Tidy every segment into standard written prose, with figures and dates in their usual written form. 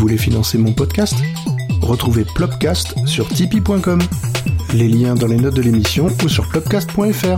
voulez financer mon podcast ? Retrouvez Plopcast sur tipeee.com. Les liens dans les notes de l'émission ou sur plopcast.fr.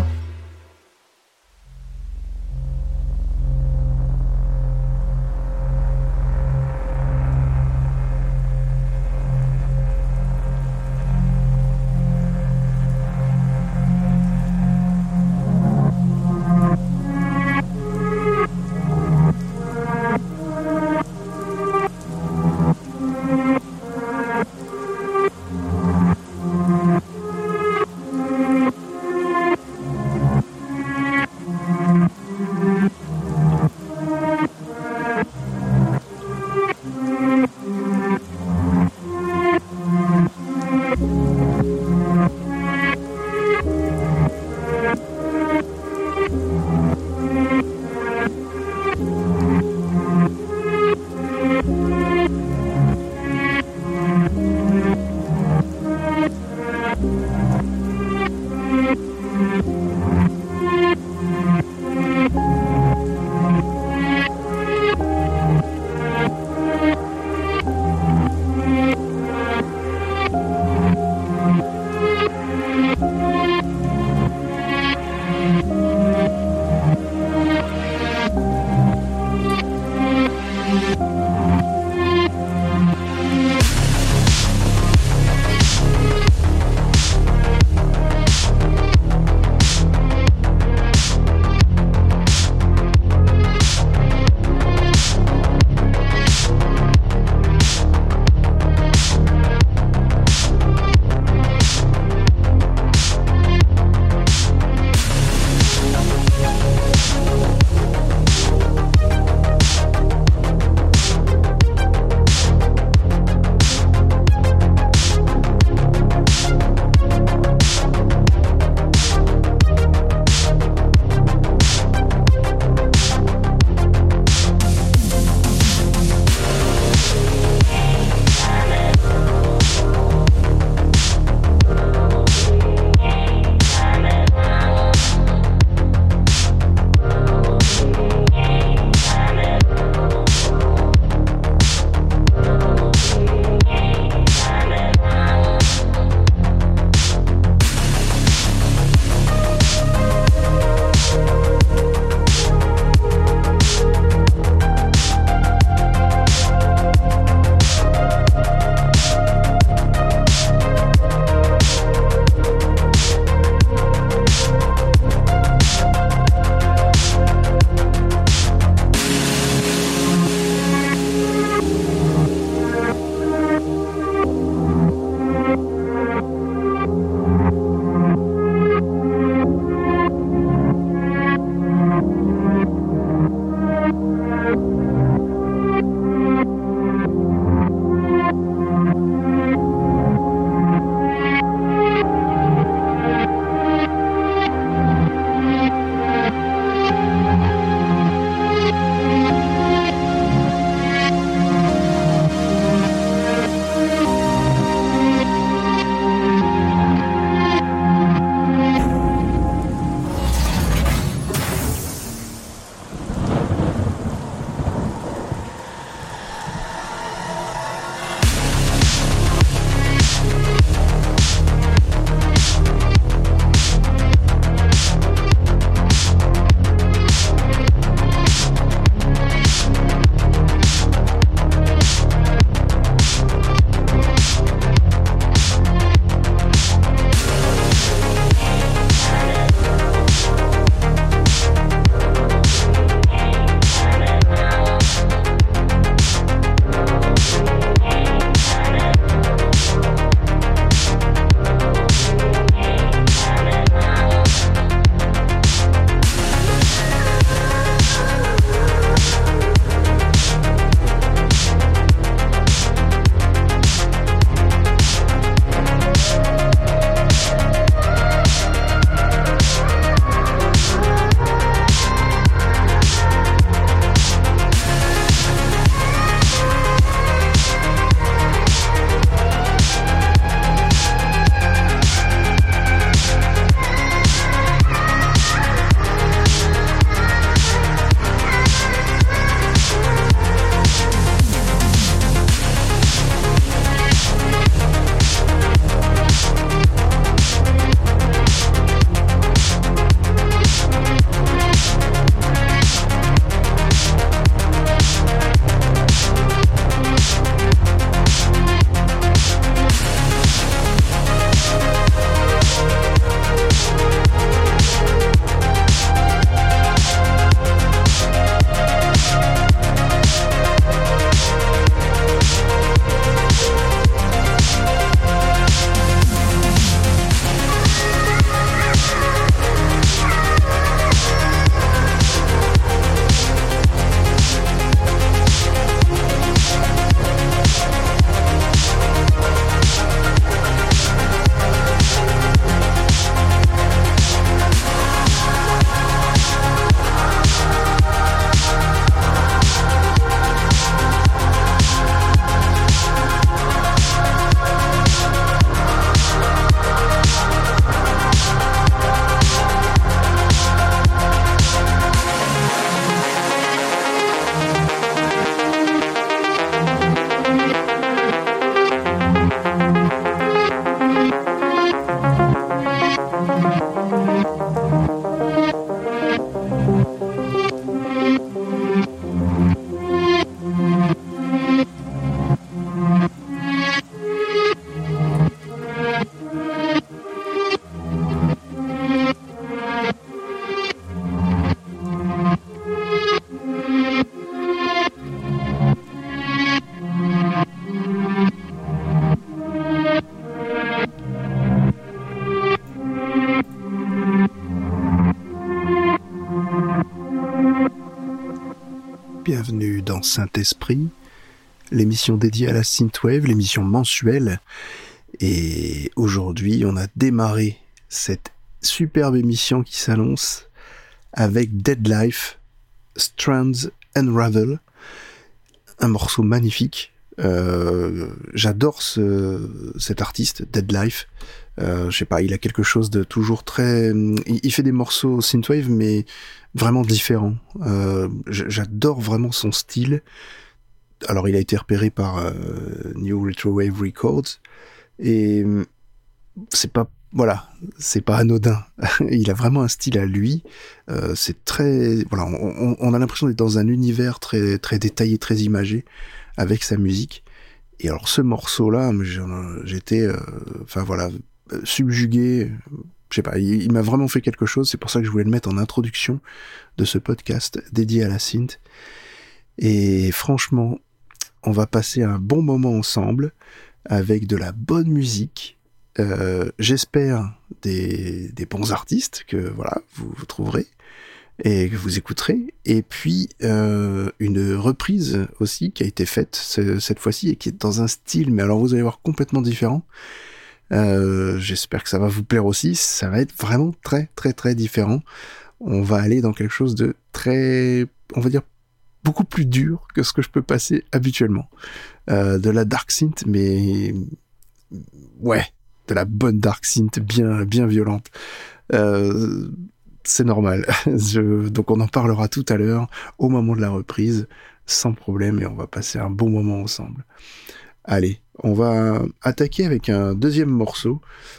Saint-Esprit, l'émission dédiée à la synthwave, l'émission mensuelle. Et aujourd'hui, on a démarré cette superbe émission qui s'annonce avec Deadlife, Strands Unravel, un morceau magnifique. J'adore cet artiste, Deadlife. Je sais pas, il a quelque chose de toujours très... Il fait des morceaux synthwave, mais vraiment différents. J'adore vraiment son style. Alors, il a été repéré par New Retrowave Records, et c'est pas anodin. Il a vraiment un style à lui. C'est très... Voilà, on a l'impression d'être dans un univers très, très détaillé, très imagé, avec sa musique. Et alors, ce morceau-là, j'étais... subjugué, je sais pas, il m'a vraiment fait quelque chose, c'est pour ça que je voulais le mettre en introduction de ce podcast dédié à la synth. Et franchement, on va passer un bon moment ensemble, avec de la bonne musique, j'espère des bons artistes que voilà vous trouverez et que vous écouterez, et puis une reprise aussi qui a été faite cette fois-ci et qui est dans un style, mais alors vous allez voir, complètement différent. J'espère que ça va vous plaire aussi. Ça va être vraiment très très très différent. On va aller dans quelque chose de très, on va dire, beaucoup plus dur que ce que je peux passer habituellement. De la dark synth, mais ouais, de la bonne dark synth bien violente. C'est normal. Donc on en parlera tout à l'heure au moment de la reprise, sans problème, et on va passer un bon moment ensemble. Allez, on va attaquer avec un deuxième morceau.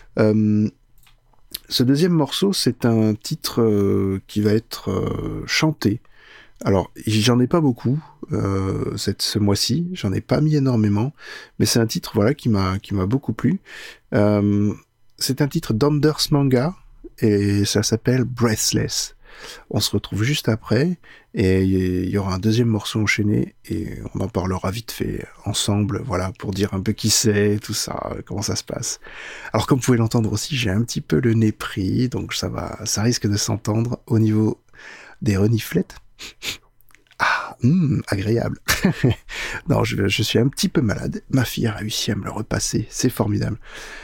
Ce deuxième morceau, c'est un titre qui va être chanté. Alors, j'en ai pas beaucoup ce mois-ci, j'en ai pas mis énormément, mais c'est un titre voilà qui m'a beaucoup plu. C'est un titre d'Anders Manga et ça s'appelle Breathless. On se retrouve juste après, et il y aura un deuxième morceau enchaîné, et on en parlera vite fait ensemble, voilà, pour dire un peu qui c'est, tout ça, comment ça se passe. Alors, comme vous pouvez l'entendre aussi, j'ai un petit peu le nez pris, donc ça risque de s'entendre au niveau des reniflettes. Ah, agréable. Non, je suis un petit peu malade. Ma fille a réussi à me le repasser, c'est formidable.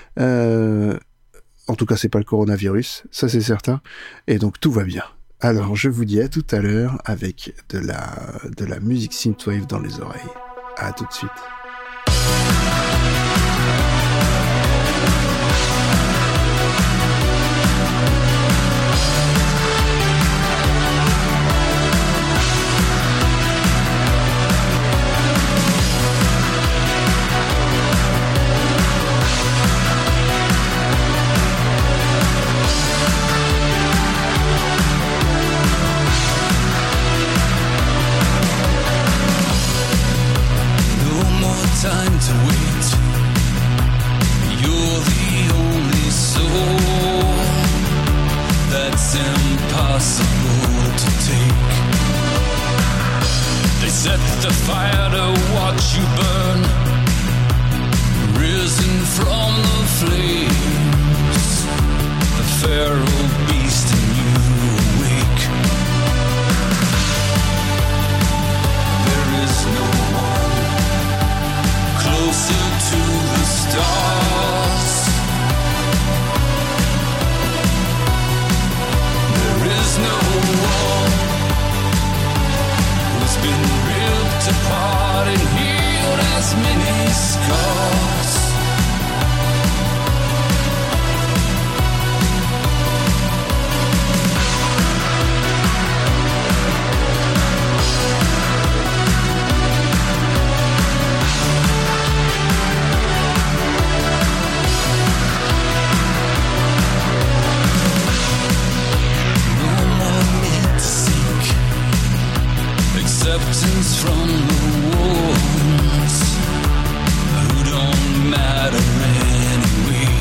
En tout cas, c'est pas le coronavirus, ça c'est certain, et donc tout va bien. Alors, je vous dis à tout à l'heure avec de la musique synthwave dans les oreilles. À tout de suite. Time to wait. You're the only soul that's impossible to take. They set the fire to watch you burn, risen from the flames. The feral beast in you awake. There is no one closer to the stars. There is no one who's been ripped apart and healed as many scars. Acceptance from the wolves who don't matter anyway.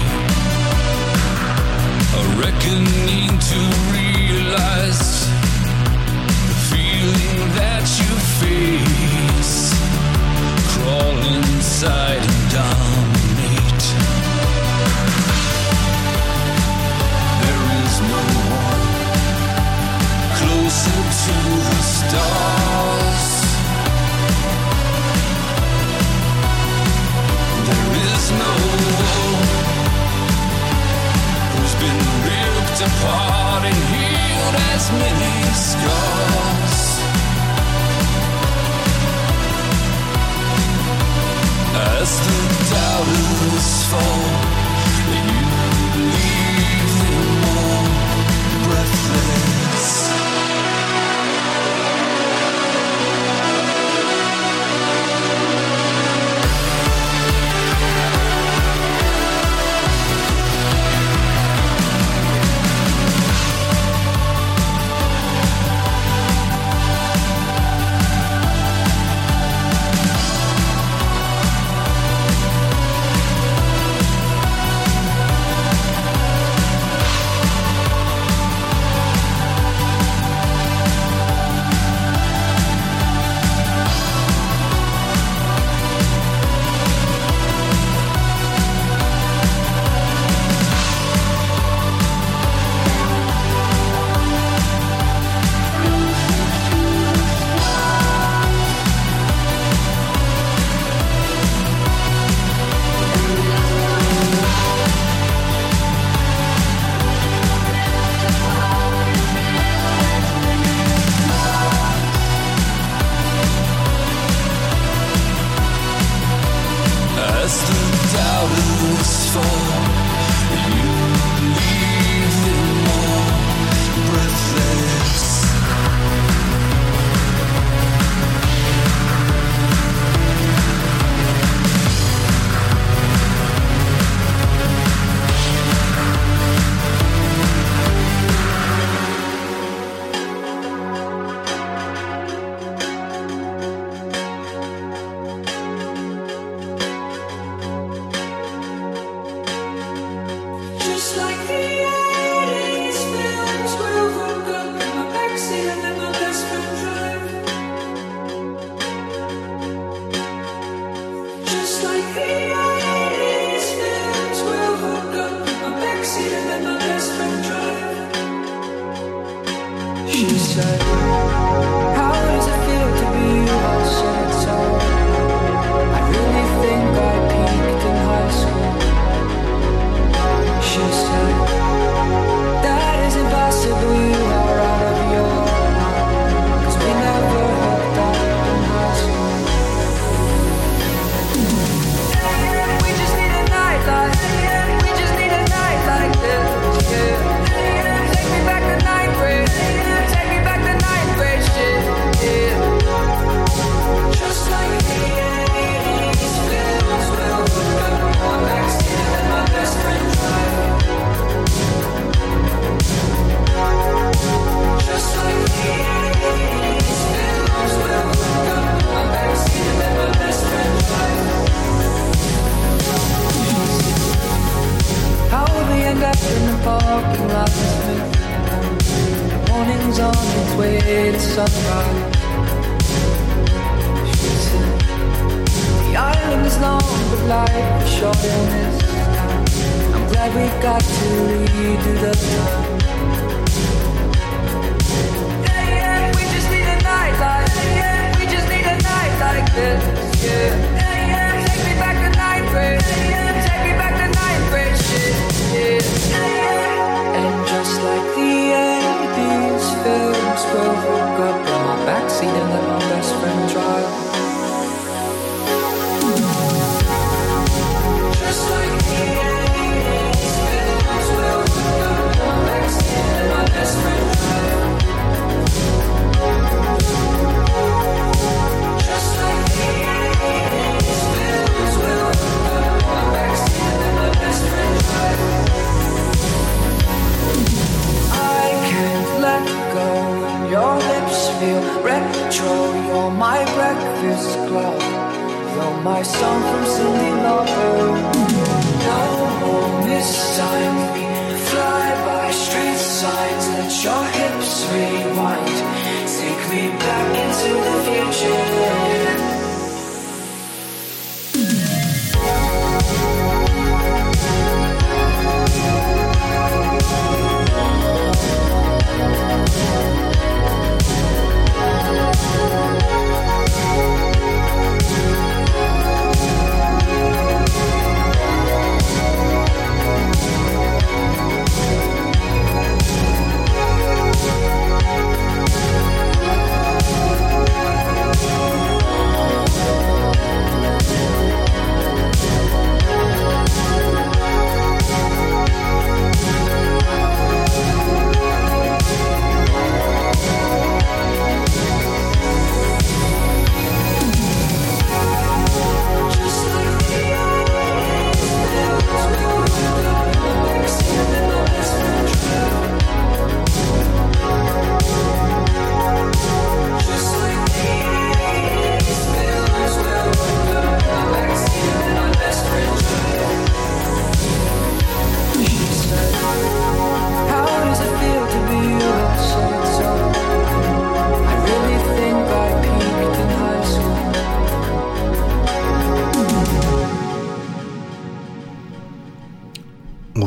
A reckoning to realize the feeling that you face. Crawl inside and dominate. There is no one closer to the stars. As the doubters fall, you leave them all breathless.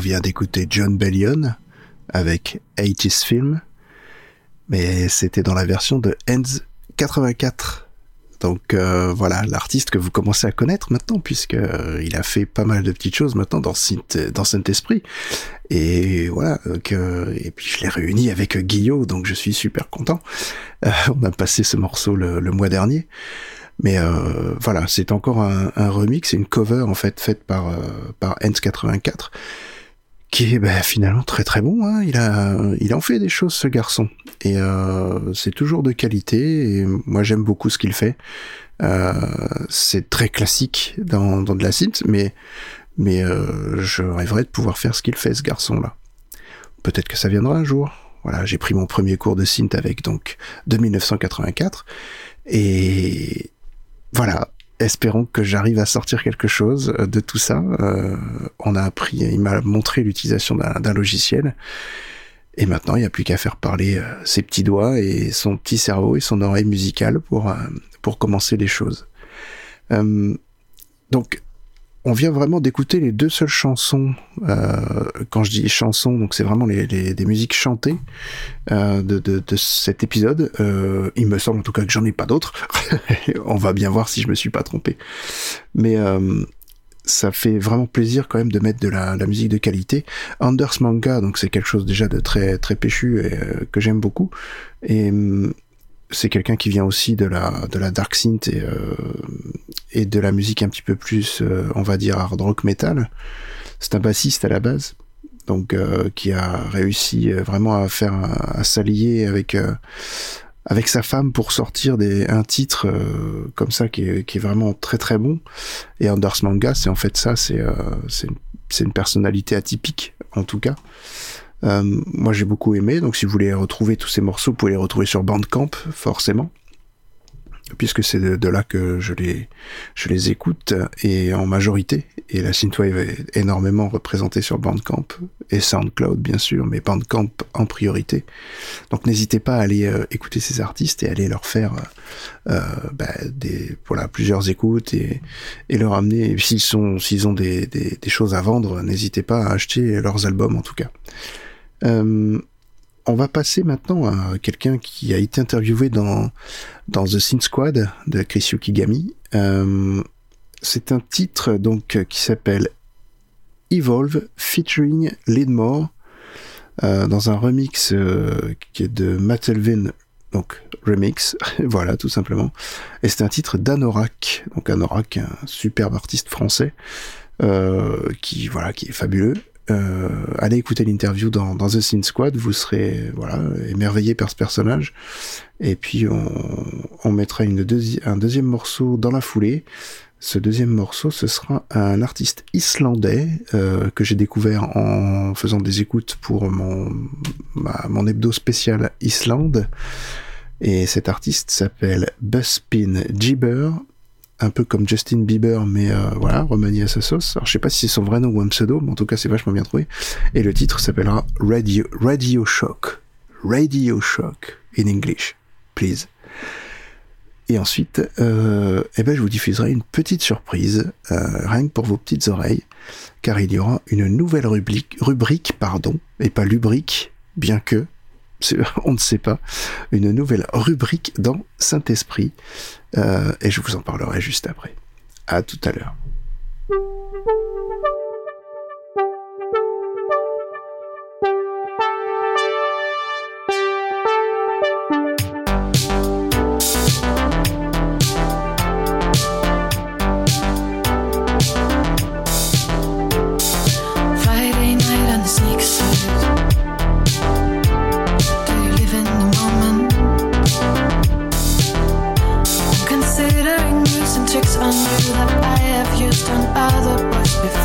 vient d'écouter Jon Bellion avec 80s Film, mais c'était dans la version de Hands 84. Donc voilà, l'artiste que vous commencez à connaître maintenant, puisque il a fait pas mal de petites choses maintenant dans Saint-Esprit. Et voilà, et puis je l'ai réuni avec Guillaume, donc je suis super content. On a passé ce morceau le mois dernier. Mais voilà, c'est encore un remix, c'est une cover en fait faite par Hands 84, qui est finalement très très bon. Hein. Il en fait des choses, ce garçon, et c'est toujours de qualité. Et moi j'aime beaucoup ce qu'il fait. C'est très classique dans de la synth, mais je rêverais de pouvoir faire ce qu'il fait, ce garçon-là. Peut-être que ça viendra un jour. Voilà, j'ai pris mon premier cours de synth avec donc de 1984, et voilà, espérons que j'arrive à sortir quelque chose de tout ça. Il m'a montré l'utilisation d'un logiciel, et maintenant il n'y a plus qu'à faire parler ses petits doigts et son petit cerveau et son oreille musicale pour commencer les choses. Donc, on vient vraiment d'écouter les deux seules chansons. Quand je dis chansons, donc c'est vraiment des musiques chantées de cet épisode. Il me semble en tout cas que j'en ai pas d'autres. On va bien voir si je me suis pas trompé. Mais ça fait vraiment plaisir quand même de mettre de la musique de qualité. Anders Manga, donc c'est quelque chose déjà de très très péchu et que j'aime beaucoup. Et c'est quelqu'un qui vient aussi de la dark synth et de la musique un petit peu plus, on va dire, hard rock metal. C'est un bassiste à la base, donc qui a réussi vraiment à s'allier avec sa femme pour sortir un titre comme ça qui est vraiment très très bon. Et Anders Manga, c'est en fait ça, c'est une personnalité atypique en tout cas. Moi j'ai beaucoup aimé, donc si vous voulez retrouver tous ces morceaux, vous pouvez les retrouver sur Bandcamp, forcément, puisque c'est de là que je les écoute, et en majorité, et la synthwave est énormément représentée sur Bandcamp, et SoundCloud bien sûr, mais Bandcamp en priorité. Donc n'hésitez pas à aller écouter ces artistes et aller leur faire plusieurs écoutes et leur amener, et s'ils ont des choses à vendre, n'hésitez pas à acheter leurs albums en tout cas. On va passer maintenant à quelqu'un qui a été interviewé dans The Synth Squad de Chris Yukigami. C'est un titre donc qui s'appelle Evolve featuring Lidmore dans un remix qui est de Matt Elvin, donc remix, voilà tout simplement. Et c'est un titre d'Anorak, donc Anorak, un superbe artiste français qui est fabuleux. Allez écouter l'interview dans The Synth Squad, vous serez émerveillé par ce personnage. Et puis on mettra un deuxième morceau dans la foulée. Ce deuxième morceau, ce sera un artiste islandais que j'ai découvert en faisant des écoutes pour mon hebdo spécial Islande. Et cet artiste s'appelle Buzzpin Jibber, un peu comme Justin Bieber, mais remanié à sa sauce. Alors je sais pas si c'est son vrai nom ou un pseudo, mais en tout cas c'est vachement bien trouvé. Et le titre s'appellera Radio Shock. Radio Shock in English, please. Et ensuite, je vous diffuserai une petite surprise, rien que pour vos petites oreilles, car il y aura une nouvelle rubrique, et pas lubrique, bien que, on ne sait pas, une nouvelle rubrique dans Saint-Esprit, et je vous en parlerai juste après. À tout à l'heure. Tricks on you that I have used on other boys before.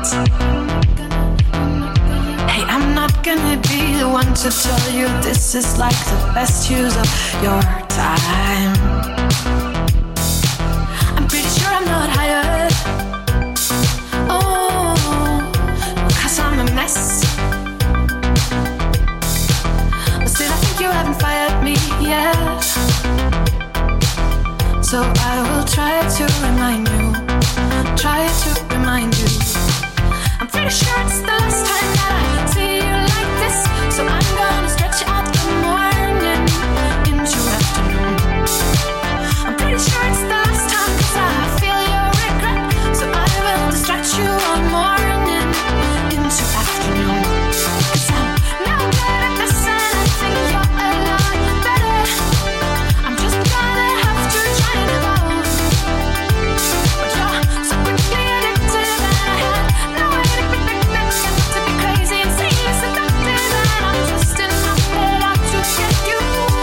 Hey, I'm not gonna be the one to tell you this is like the best use of your time. I'm pretty sure I'm not hired. Oh, 'cause I'm a mess. But still I think you haven't fired me yet. So I will try to remind you. Try to remind you. I'm pretty sure it's the last time that I see you like this. So I'm gonna stretch out the morning into afternoon. I'm pretty sure it's the last time 'cause I feel your regret. So I will distract you all morning into afternoon. 'Cause I'm no good at this and I think you're a lot better. I'm just gonna have to try and evolve. But you're so quickly addicted and I had no way to predict this. To be crazy and insanely seductive and I'm twisting my head out to get you.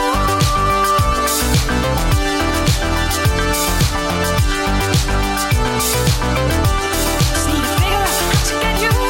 Just need to figure out how to get you.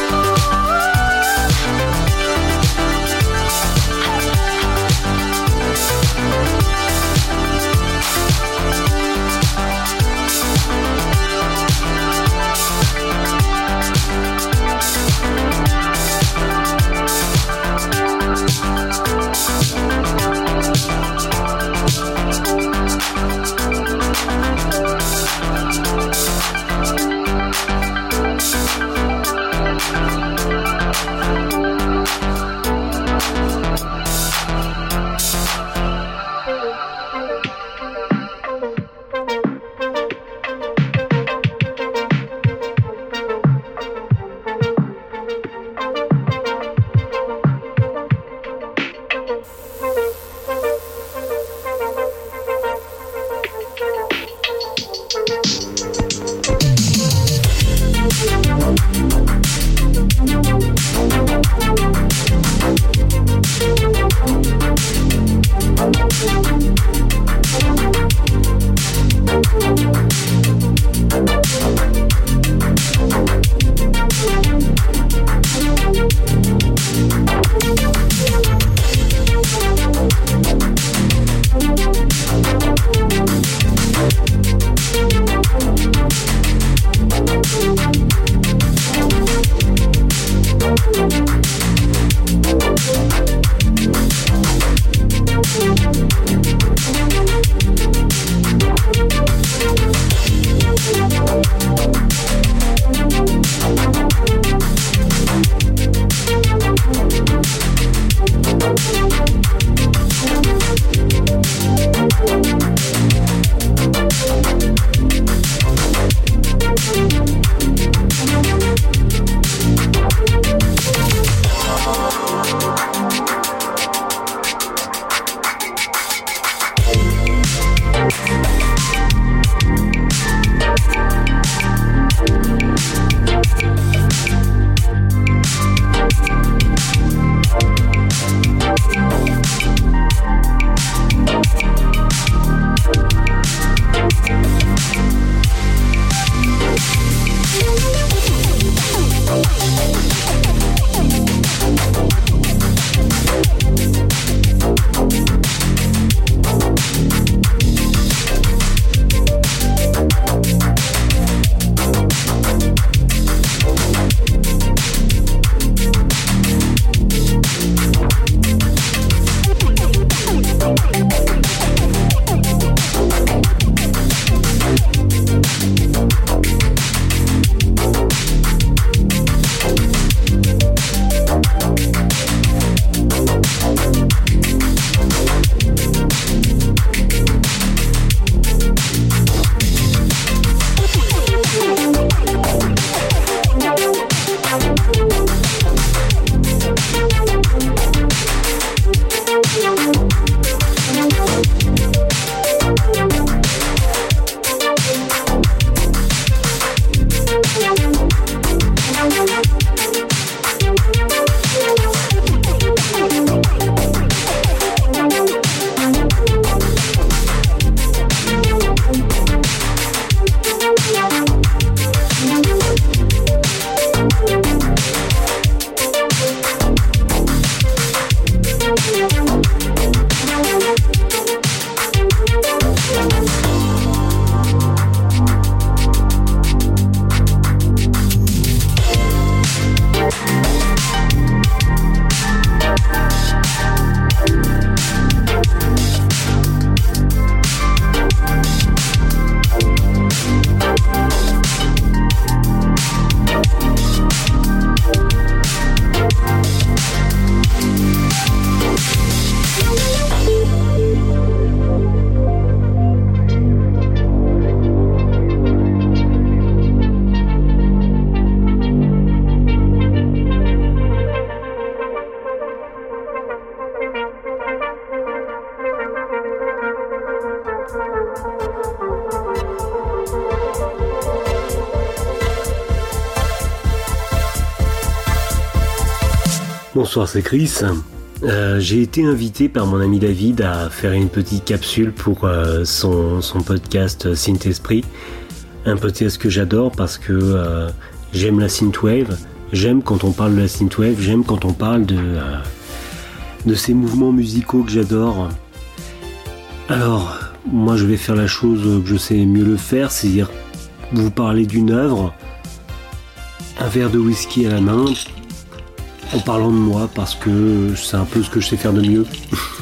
Bonsoir, c'est Chris. J'ai été invité par mon ami David à faire une petite capsule pour son podcast Synth Esprit. Un podcast que j'adore parce que j'aime la synthwave, j'aime quand on parle de la synthwave, j'aime quand on parle de ces mouvements musicaux que j'adore. Alors, moi je vais faire la chose que je sais mieux le faire, c'est-à-dire vous parler d'une œuvre, un verre de whisky à la main, en parlant de moi, parce que c'est un peu ce que je sais faire de mieux.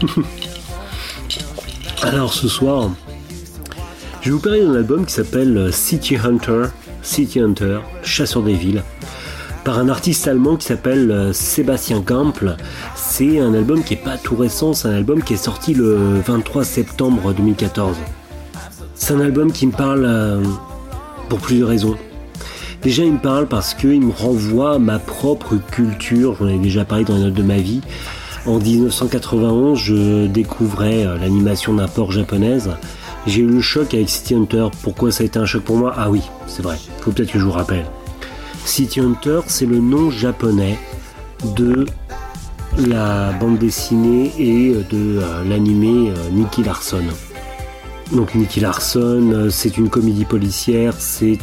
Alors ce soir, je vais vous parler d'un album qui s'appelle City Hunter, chasseur des villes, par un artiste allemand qui s'appelle Sebastian Gample. C'est un album qui est pas tout récent, c'est un album qui est sorti le 23 septembre 2014. C'est un album qui me parle pour plusieurs raisons. Déjà, il me parle parce qu'il me renvoie à ma propre culture. J'en ai déjà parlé dans les notes de ma vie. En 1991, je découvrais l'animation d'import japonaise. J'ai eu le choc avec City Hunter. Pourquoi ça a été un choc pour moi ? Ah oui, c'est vrai. Faut peut-être que je vous rappelle. City Hunter, c'est le nom japonais de la bande dessinée et de l'animé Nicky Larson. Donc Nicky Larson, c'est une comédie policière. C'est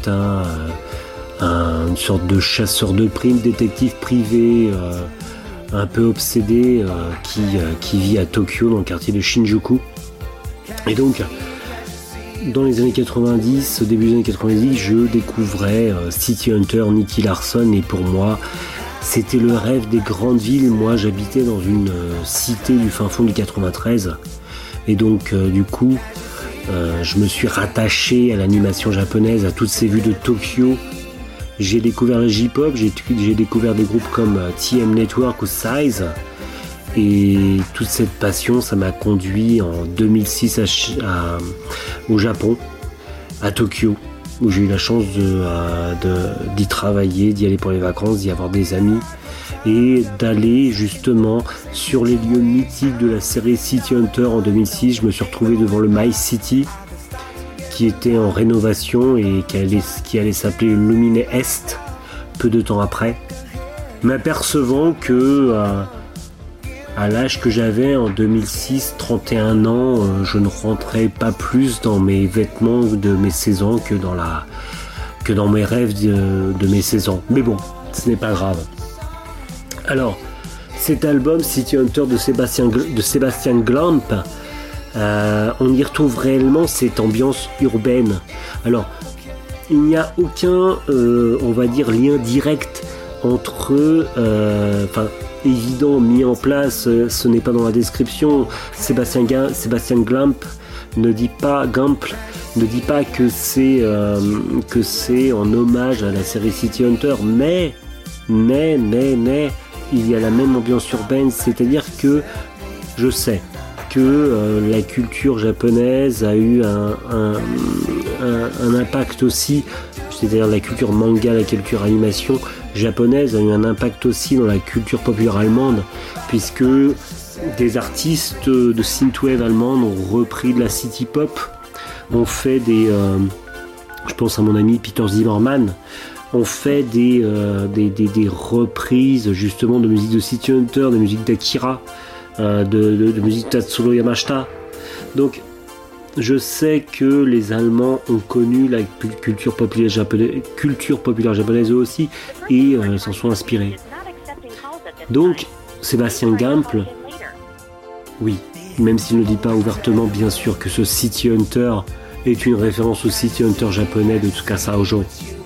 une sorte de chasseur de primes, détective privé un peu obsédé qui vit à Tokyo dans le quartier de Shinjuku. Et donc dans les années 90, au début des années 90, je découvrais City Hunter, Nicky Larson, et pour moi c'était le rêve des grandes villes. Moi j'habitais dans une cité du fin fond du 93 et donc du coup je me suis rattaché à l'animation japonaise, à toutes ces vues de Tokyo. J'ai découvert le J-pop, j'ai découvert des groupes comme TM Network ou Size, et toute cette passion, ça m'a conduit en 2006 au Japon, à Tokyo, où j'ai eu la chance d'y travailler, d'y aller pour les vacances, d'y avoir des amis, et d'aller justement sur les lieux mythiques de la série City Hunter en 2006. Je me suis retrouvé devant le My City, qui était en rénovation et qui allait s'appeler Lumine Est peu de temps après, m'apercevant que à l'âge que j'avais en 2006, 31 ans, je ne rentrais pas plus dans mes vêtements de mes 16 ans que dans mes rêves de mes 16 ans. Mais bon, ce n'est pas grave. Alors, cet album City Hunter de Sebastian Gample, on y retrouve réellement cette ambiance urbaine. Alors, il n'y a aucun, on va dire, lien direct entre évident, mis en place, ce n'est pas dans la description. Sebastian Gample ne dit pas que c'est en hommage à la série City Hunter, mais il y a la même ambiance urbaine, c'est-à-dire que je sais que la culture japonaise a eu un impact aussi, c'est-à-dire la culture manga, la culture animation japonaise a eu un impact aussi dans la culture populaire allemande, puisque des artistes de synthwave allemande ont repris de la city pop, ont fait je pense à mon ami Peter Zimmermann, ont fait des reprises justement de musique de City Hunter, de musique d'Akira, de musique de Tatsuro Yamashita. Donc Je sais que les Allemands ont connu la culture populaire japonaise eux aussi et s'en sont inspirés. Donc, Sébastien Gample, oui, même s'il ne dit pas ouvertement, bien sûr, que ce City Hunter est une référence au City Hunter japonais de Tsukasa Ojo.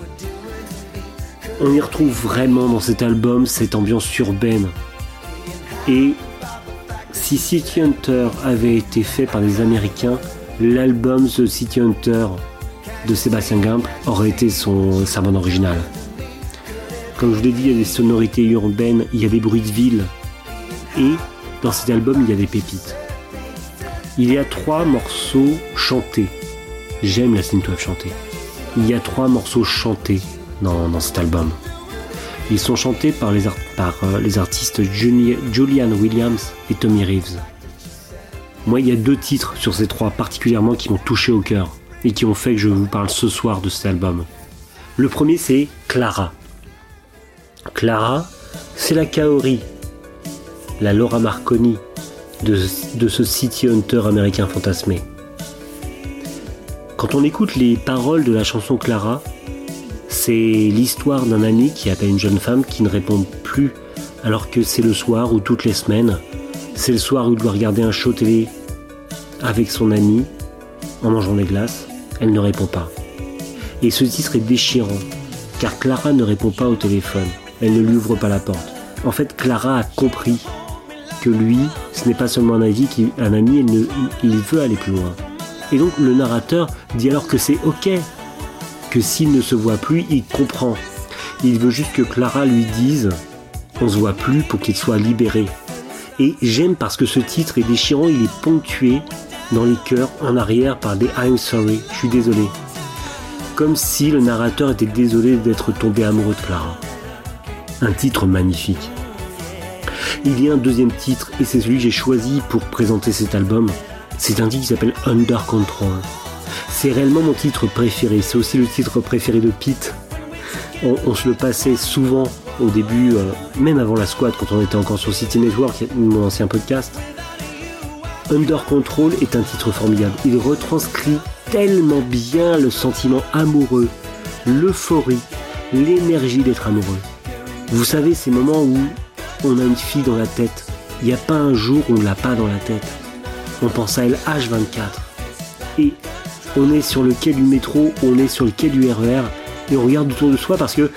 On y retrouve vraiment dans cet album cette ambiance urbaine. Et si City Hunter avait été fait par des Américains, l'album The City Hunter de Sébastien Gample aurait été sa bande originale. Comme je vous l'ai dit, il y a des sonorités urbaines, il y a des bruits de ville. Et dans cet album, il y a des pépites. Il y a 3 morceaux chantés. J'aime la synthwave chantée. Il y a 3 morceaux chantés dans cet album. Ils sont chantés par les artistes Julian Williams et Tommy Reeves. Moi, il y a 2 titres sur ces 3 particulièrement qui m'ont touché au cœur et qui ont fait que je vous parle ce soir de cet album. Le premier, c'est Clara. Clara, c'est la Kaori, la Laura Marconi de ce City Hunter américain fantasmé. Quand on écoute les paroles de la chanson Clara, c'est l'histoire d'un ami qui appelle une jeune femme qui ne répond plus alors que c'est le soir ou toutes les semaines. C'est le soir où il doit regarder un show télé avec son ami en mangeant des glaces. Elle ne répond pas. Et ce titre est déchirant car Clara ne répond pas au téléphone. Elle ne lui ouvre pas la porte. En fait, Clara a compris que lui, ce n'est pas seulement un ami, il veut aller plus loin. Et donc le narrateur dit alors que c'est ok, que s'il ne se voit plus, il comprend. Il veut juste que Clara lui dise « on se voit plus » pour qu'il soit libéré. Et j'aime parce que ce titre est déchirant, il est ponctué dans les chœurs en arrière par des « I'm sorry », je suis désolé. Comme si le narrateur était désolé d'être tombé amoureux de Clara. Un titre magnifique. Il y a un deuxième titre, et c'est celui que j'ai choisi pour présenter cet album. C'est un titre qui s'appelle Under Control. C'est réellement mon titre préféré. C'est aussi le titre préféré de Pete. On se le passait souvent au début, même avant la squad, quand on était encore sur City Network, mon ancien podcast. Under Control est un titre formidable. Il retranscrit tellement bien le sentiment amoureux, l'euphorie, l'énergie d'être amoureux. Vous savez, ces moments où on a une fille dans la tête. Il n'y a pas un jour où on ne l'a pas dans la tête. On pense à elle H24. Et on est sur le quai du métro, on est sur le quai du RER, et on regarde autour de soi parce que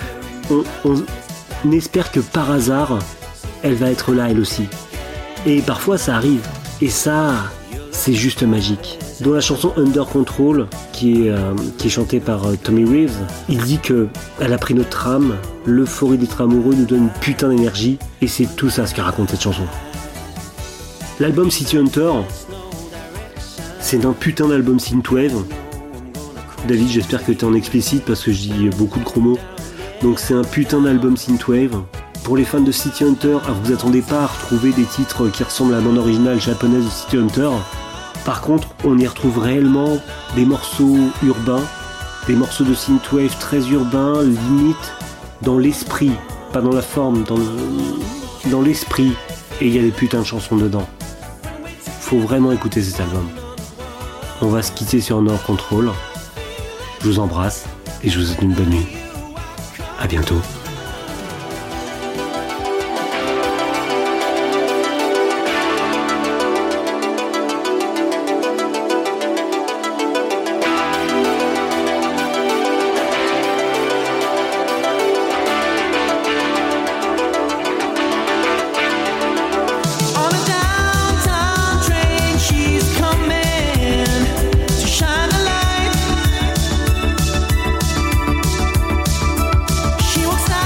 on espère que par hasard, elle va être là elle aussi. Et parfois ça arrive. Et ça, c'est juste magique. Dans la chanson Under Control, qui est chantée par Tommy Reeves, il dit que elle a pris notre âme, l'euphorie d'être amoureux nous donne une putain d'énergie, et c'est tout ça ce que raconte cette chanson. L'album City Hunter, c'est un putain d'album synthwave. David, j'espère que t'es en explicite parce que je dis beaucoup de gros mots. Donc c'est un putain d'album synthwave. Pour les fans de City Hunter, vous attendez pas à retrouver des titres qui ressemblent à la bande originale japonaise de City Hunter. Par contre, on y retrouve réellement des morceaux urbains, des morceaux de synthwave très urbains, limite dans l'esprit, pas dans la forme, dans l'esprit. Et il y a des putains de chansons dedans. Faut vraiment écouter cet album. On va se quitter sur Under Control. Je vous embrasse et je vous souhaite une bonne nuit. À bientôt. She walks out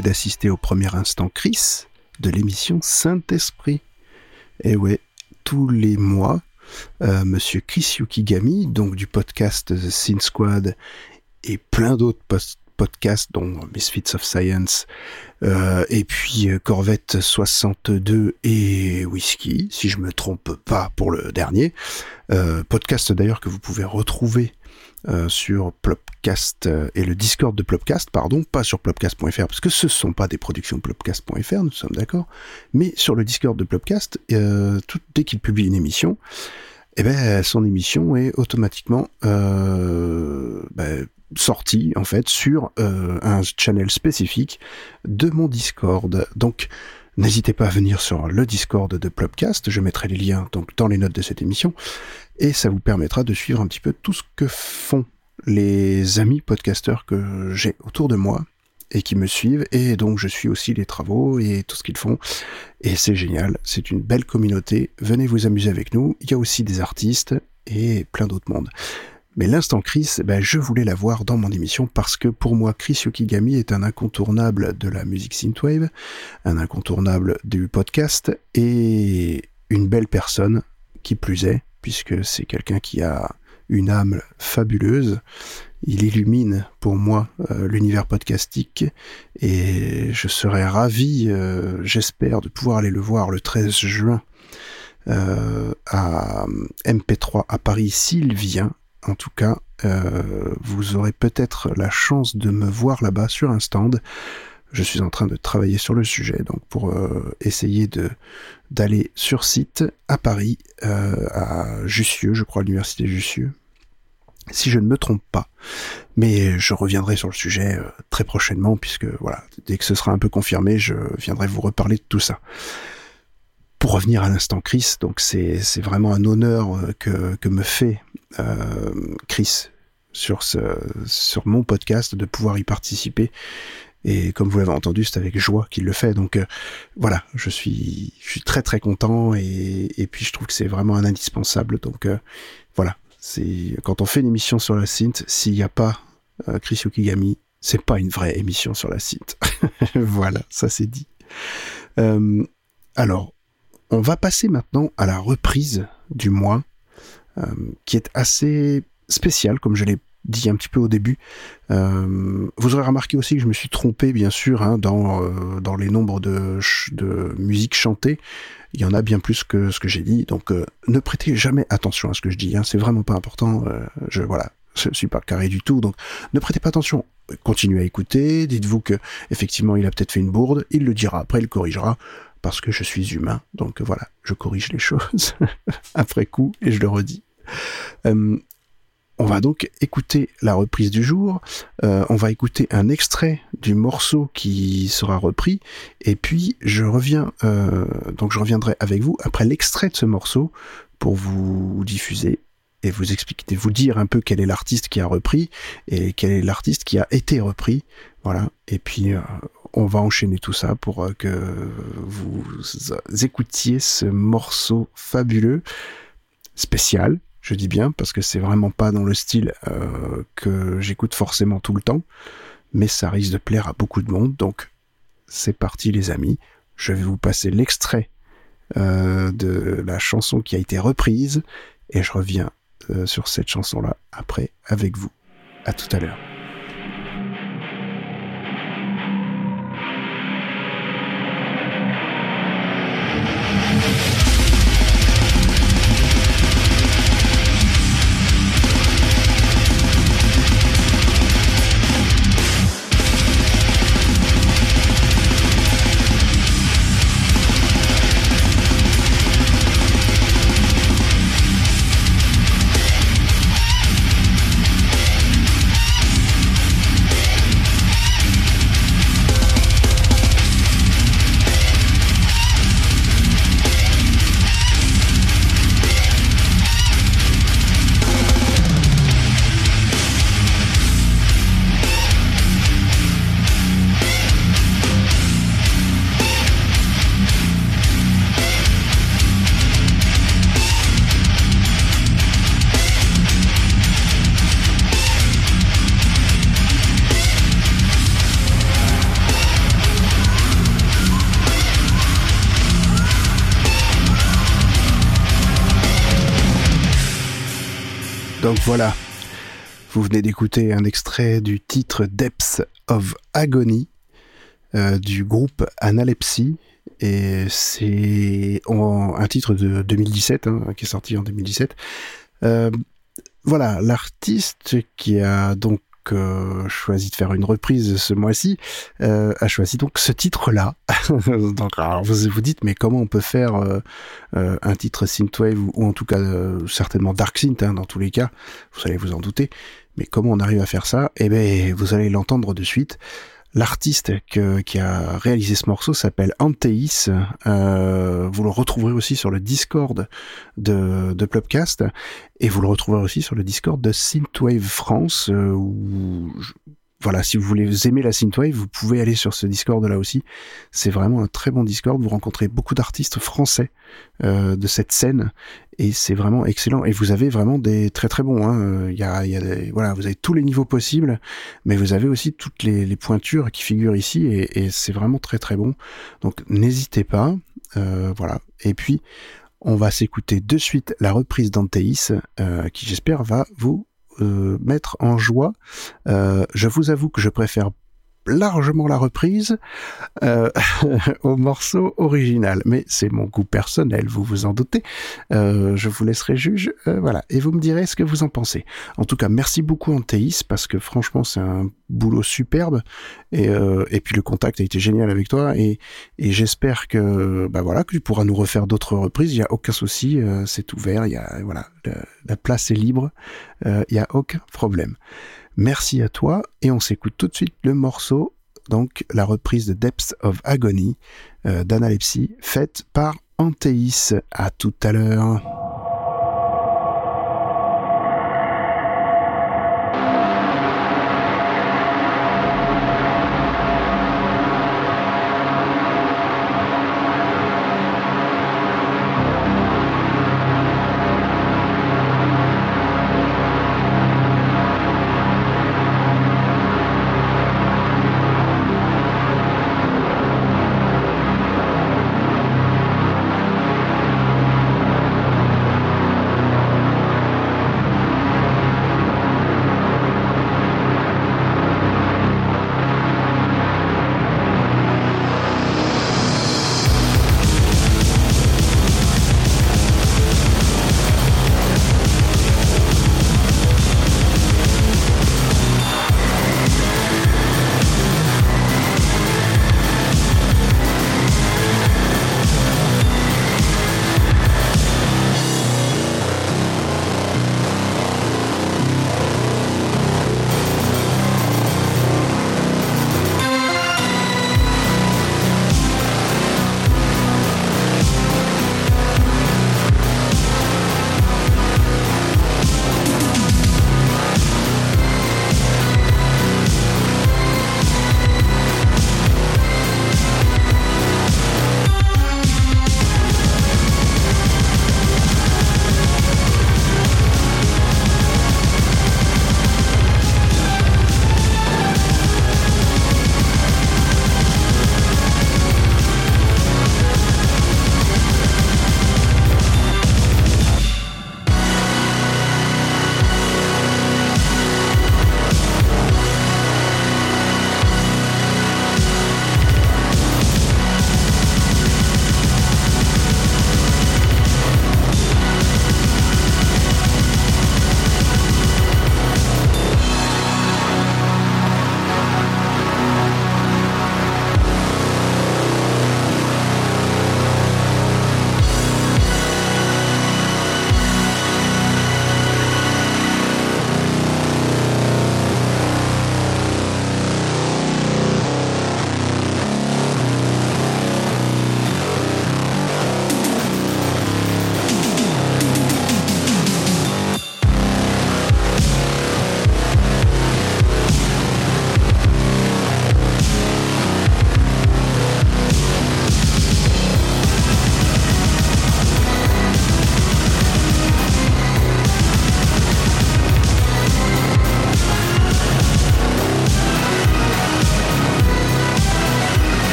venez d'assister au premier instant Chris de l'émission Saint-Esprit. Et ouais, tous les mois, Monsieur Chris Yukigami, donc du podcast The Synth Squad et plein d'autres podcasts, dont Misfits of Science, et puis Corvette 62 et Whisky, si je me trompe pas pour le dernier. Podcast d'ailleurs que vous pouvez retrouver sur Plopcast et le Discord de Plopcast, pardon, pas sur plopcast.fr, parce que ce ne sont pas des productions plopcast.fr, nous sommes d'accord, mais sur le Discord de Plopcast, dès qu'il publie une émission, son émission est automatiquement sortie en fait sur un channel spécifique de mon Discord. Donc n'hésitez pas à venir sur le Discord de Plopcast, je mettrai les liens donc dans les notes de cette émission, et ça vous permettra de suivre un petit peu tout ce que font les amis podcasteurs que j'ai autour de moi et qui me suivent, et donc je suis aussi les travaux et tout ce qu'ils font, et c'est génial, c'est une belle communauté, venez vous amuser avec nous, il y a aussi des artistes et plein d'autres mondes. Mais l'instant Chris, je voulais l'avoir dans mon émission parce que pour moi, Chris Yukigami est un incontournable de la musique synthwave, un incontournable du podcast et une belle personne, qui plus est, puisque c'est quelqu'un qui a une âme fabuleuse. Il illumine pour moi l'univers podcastique et je serais ravi, j'espère, de pouvoir aller le voir le 13 juin à MP3 à Paris s'il vient. En tout cas, vous aurez peut-être la chance de me voir là-bas sur un stand. Je suis en train de travailler sur le sujet, donc pour essayer d'aller sur site à Paris, à Jussieu, je crois, à l'université Jussieu, si je ne me trompe pas. Mais je reviendrai sur le sujet très prochainement, puisque voilà, dès que ce sera un peu confirmé, je viendrai vous reparler de tout ça. Pour revenir à l'instant Chris, donc c'est vraiment un honneur que me fait Chris sur mon podcast de pouvoir y participer. Et comme vous l'avez entendu, c'est avec joie qu'il le fait. Donc voilà, je suis très très content et puis je trouve que c'est vraiment un indispensable. Donc voilà, c'est quand on fait une émission sur la synth, s'il n'y a pas Chris Yukigami, c'est pas une vraie émission sur la synth. Voilà, ça c'est dit. Alors, on va passer maintenant à la reprise du mois, qui est assez spéciale, comme je l'ai dit un petit peu au début. Vous aurez remarqué aussi que je me suis trompé, bien sûr, dans les nombres de musiques chantées. Il y en a bien plus que ce que j'ai dit, donc ne prêtez jamais attention à ce que je dis, c'est vraiment pas important. Je suis pas carré du tout, donc ne prêtez pas attention. Continuez à écouter, dites-vous que effectivement il a peut-être fait une bourde, il le dira après, il corrigera, parce que je suis humain, donc voilà, je corrige les choses après coup, et je le redis. On va donc écouter la reprise du jour, on va écouter un extrait du morceau qui sera repris, et puis je reviendrai avec vous après l'extrait de ce morceau pour vous diffuser et vous expliquer, vous dire un peu quel est l'artiste qui a repris et quel est l'artiste qui a été repris, voilà, et puis on va enchaîner tout ça pour que vous écoutiez ce morceau fabuleux, spécial, je dis bien, parce que c'est vraiment pas dans le style que j'écoute forcément tout le temps, mais ça risque de plaire à beaucoup de monde, donc c'est parti les amis, je vais vous passer l'extrait de la chanson qui a été reprise, et je reviens sur cette chanson-là après avec vous. À tout à l'heure. We'll Donc voilà, vous venez d'écouter un extrait du titre Depths of Agony du groupe Analepsy, et c'est un titre de 2017, qui est sorti en 2017. Voilà, l'artiste qui a donc choisi de faire une reprise ce mois-ci a choisi donc ce titre-là. Donc, alors vous vous dites, mais comment on peut faire un titre synthwave ou en tout cas certainement dark synth, dans tous les cas, vous allez vous en douter. Mais comment on arrive à faire ça? Eh ben, vous allez l'entendre de suite. L'artiste qui a réalisé ce morceau s'appelle Anteis. Vous le retrouverez aussi sur le Discord de Plopcast, et vous le retrouverez aussi sur le Discord de Synthwave France, voilà, si vous voulez aimer la synthwave, vous pouvez aller sur ce Discord-là aussi. C'est vraiment un très bon Discord. Vous rencontrez beaucoup d'artistes français de cette scène, et c'est vraiment excellent. Et vous avez vraiment des très très bons. Il y a voilà, vous avez tous les niveaux possibles, mais vous avez aussi toutes les pointures qui figurent ici, et c'est vraiment très très bon. Donc n'hésitez pas. Voilà. Et puis on va s'écouter de suite la reprise d'Anteis, qui j'espère va vous mettre en joie. Je vous avoue que je préfère largement la reprise au morceau original, mais c'est mon goût personnel, vous vous en doutez. Je vous laisserai juge, voilà, et vous me direz ce que vous en pensez. En tout cas, merci beaucoup Anteis, parce que franchement c'est un boulot superbe, et puis le contact a été génial avec toi, et j'espère que voilà, que tu pourras nous refaire d'autres reprises. Il y a aucun souci, c'est ouvert, il y a voilà, la place est libre, il y a aucun problème. Merci à toi, et on s'écoute tout de suite le morceau, donc la reprise de Depths of Agony d'Analepsy, faite par Anteis. À tout à l'heure.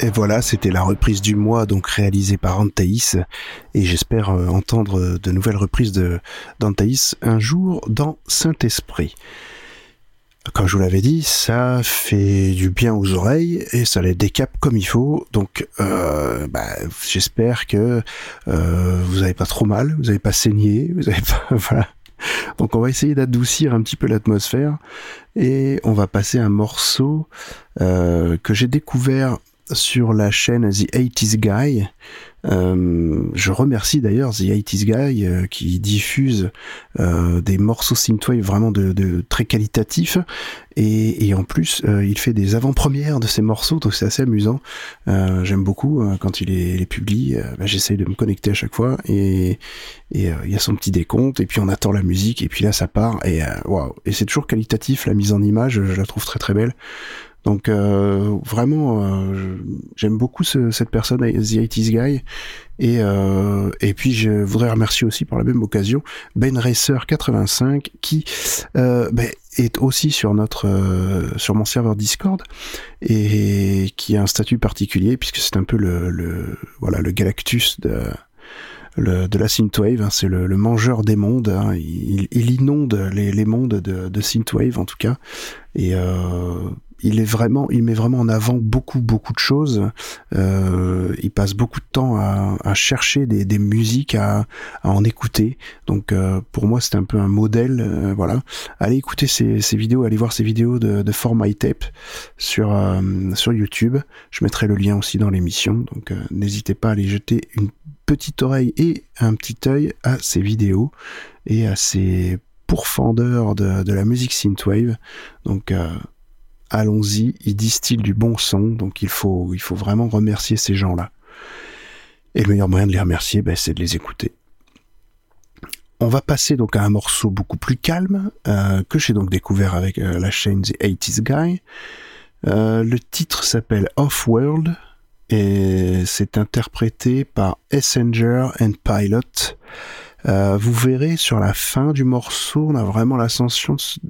Et voilà, c'était la reprise du mois, donc réalisée par Antaïs, et j'espère entendre de nouvelles reprises d'Antaïs un jour dans Saint-Esprit. Comme je vous l'avais dit, ça fait du bien aux oreilles et ça les décape comme il faut. Donc, j'espère que vous n'avez pas trop mal, vous n'avez pas saigné, vous n'avez pas... voilà. Donc on va essayer d'adoucir un petit peu l'atmosphère et on va passer un morceau que j'ai découvert sur la chaîne The 80s Guy. Je remercie d'ailleurs The 80s Guy qui diffuse des morceaux synthwave vraiment de très qualitatifs et en plus il fait des avant-premières de ces morceaux, donc c'est assez amusant. J'aime beaucoup quand il les publie. J'essaye de me connecter à chaque fois et il y a son petit décompte et puis on attend la musique et puis là ça part et waouh, et c'est toujours qualitatif, la mise en image je la trouve très très belle. Donc vraiment, j'aime beaucoup cette personne, The 80s Guy, et puis je voudrais remercier aussi par la même occasion Ben Racer 85 qui est aussi sur mon serveur Discord et qui a un statut particulier puisque c'est un peu le Galactus de la synthwave, hein, c'est le mangeur des mondes, hein, il inonde les mondes de synthwave en tout cas, et il met vraiment en avant beaucoup de choses. Il passe beaucoup de temps à chercher des musiques, à en écouter. Donc pour moi c'est un peu un modèle. Voilà. Allez écouter ses vidéos, allez voir ses vidéos de For My Tape sur YouTube. Je mettrai le lien aussi dans l'émission. Donc n'hésitez pas à aller jeter une petite oreille et un petit œil à ses vidéos et à ses pourfendeurs de la musique synthwave. Donc allons-y, ils distillent du bon son, donc il faut vraiment remercier ces gens-là. Et le meilleur moyen de les remercier, c'est de les écouter. On va passer donc à un morceau beaucoup plus calme, que j'ai donc découvert avec la chaîne The 80s Guy. Le titre s'appelle Off-World, et c'est interprété par Essenger and Pilot. Vous verrez sur la fin du morceau, on a vraiment la sensation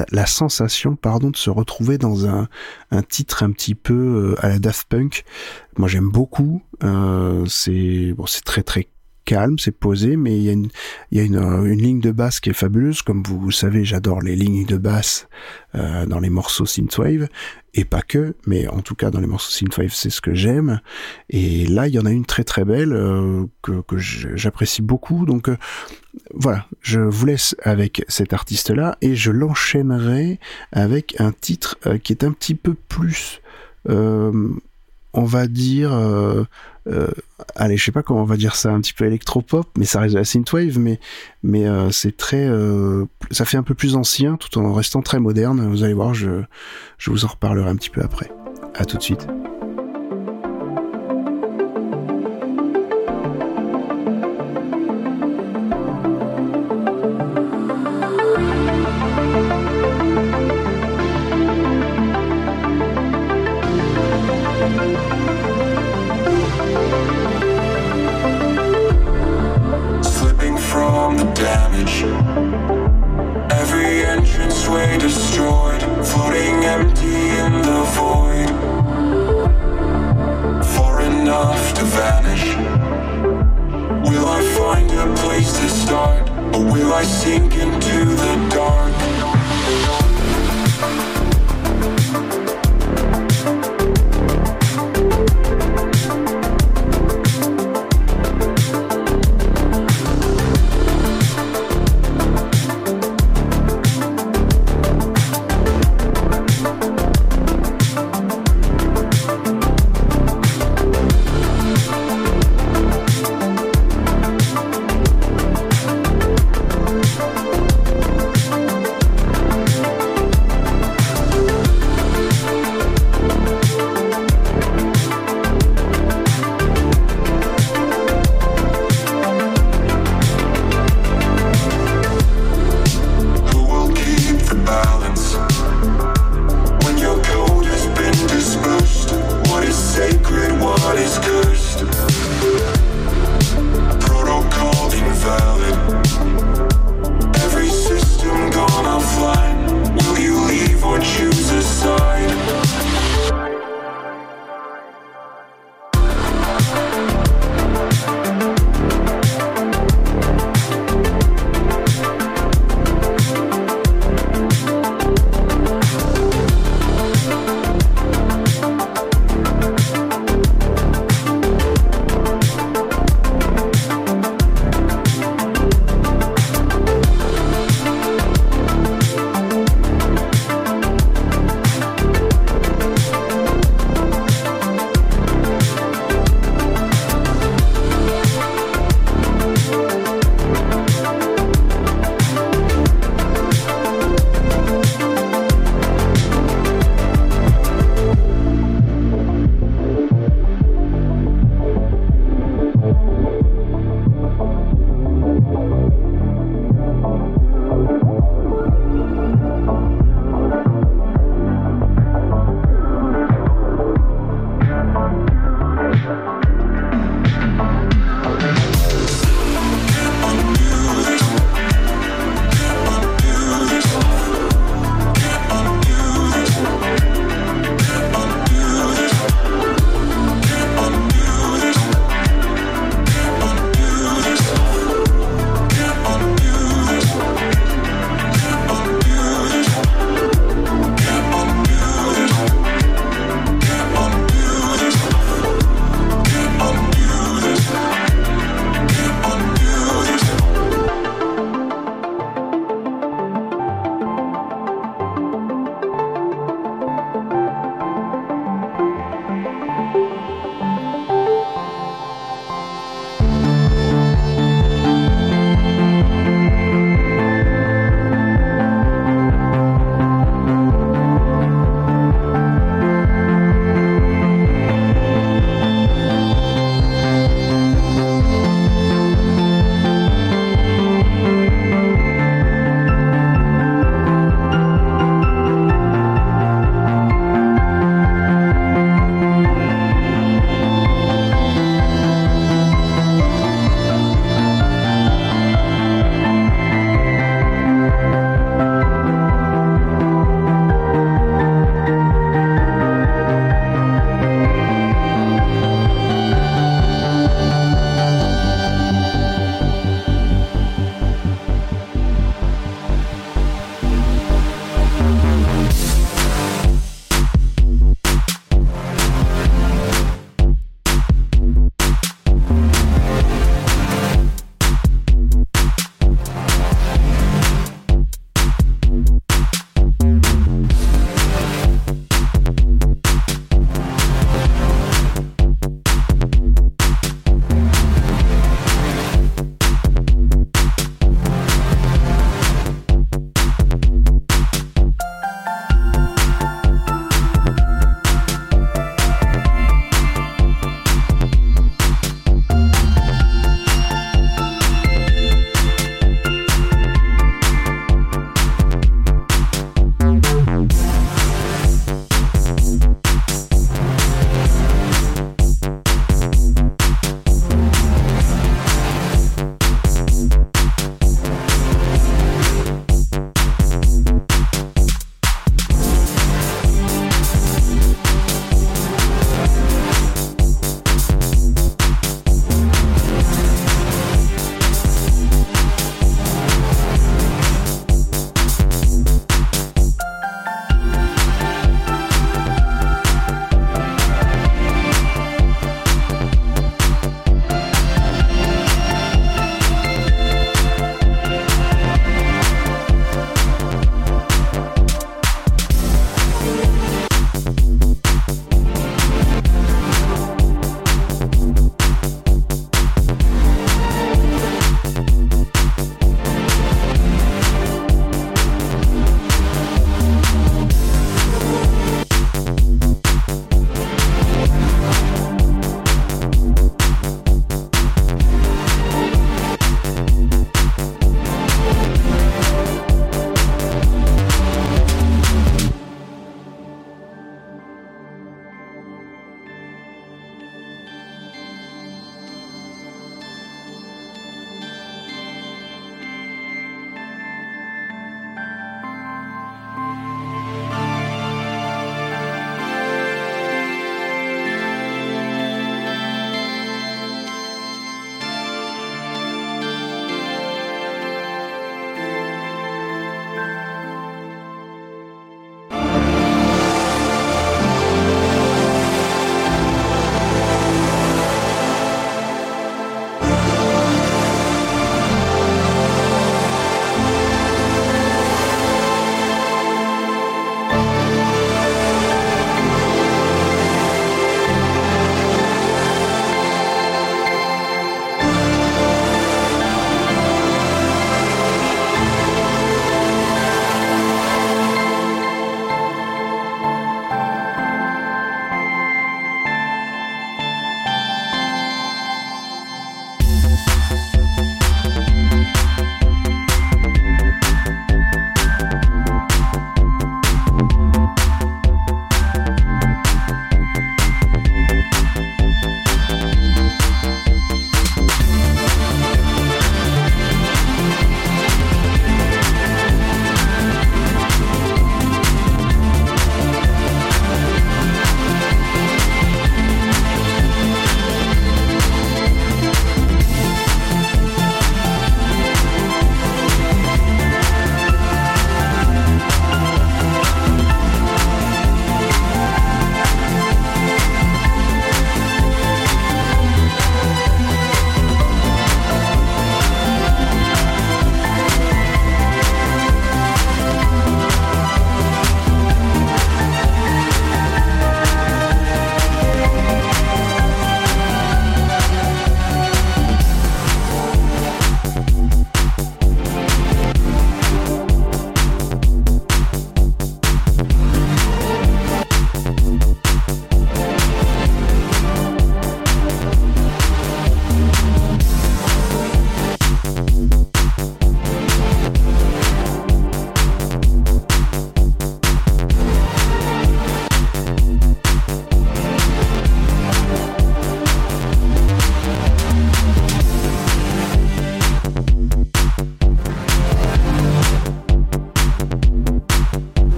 de se retrouver dans un titre un petit peu à la Daft Punk. Moi j'aime beaucoup. C'est très très calme, c'est posé, mais il y a une ligne de basse qui est fabuleuse. Comme vous savez, j'adore les lignes de basse dans les morceaux synthwave, et pas que, mais en tout cas dans les morceaux synthwave, c'est ce que j'aime. Et là, il y en a une très très belle que j'apprécie beaucoup. Donc voilà, je vous laisse avec cet artiste-là et je l'enchaînerai avec un titre qui est un petit peu plus, on va dire, allez, je sais pas comment on va dire ça, un petit peu électropop, mais ça reste de la synthwave, mais c'est très, ça fait un peu plus ancien, tout en restant très moderne. Vous allez voir, je vous en reparlerai un petit peu après. À tout de suite. Destroyed, floating empty in the void, far enough to vanish. Will I find a place to start, or will I sink into the dark?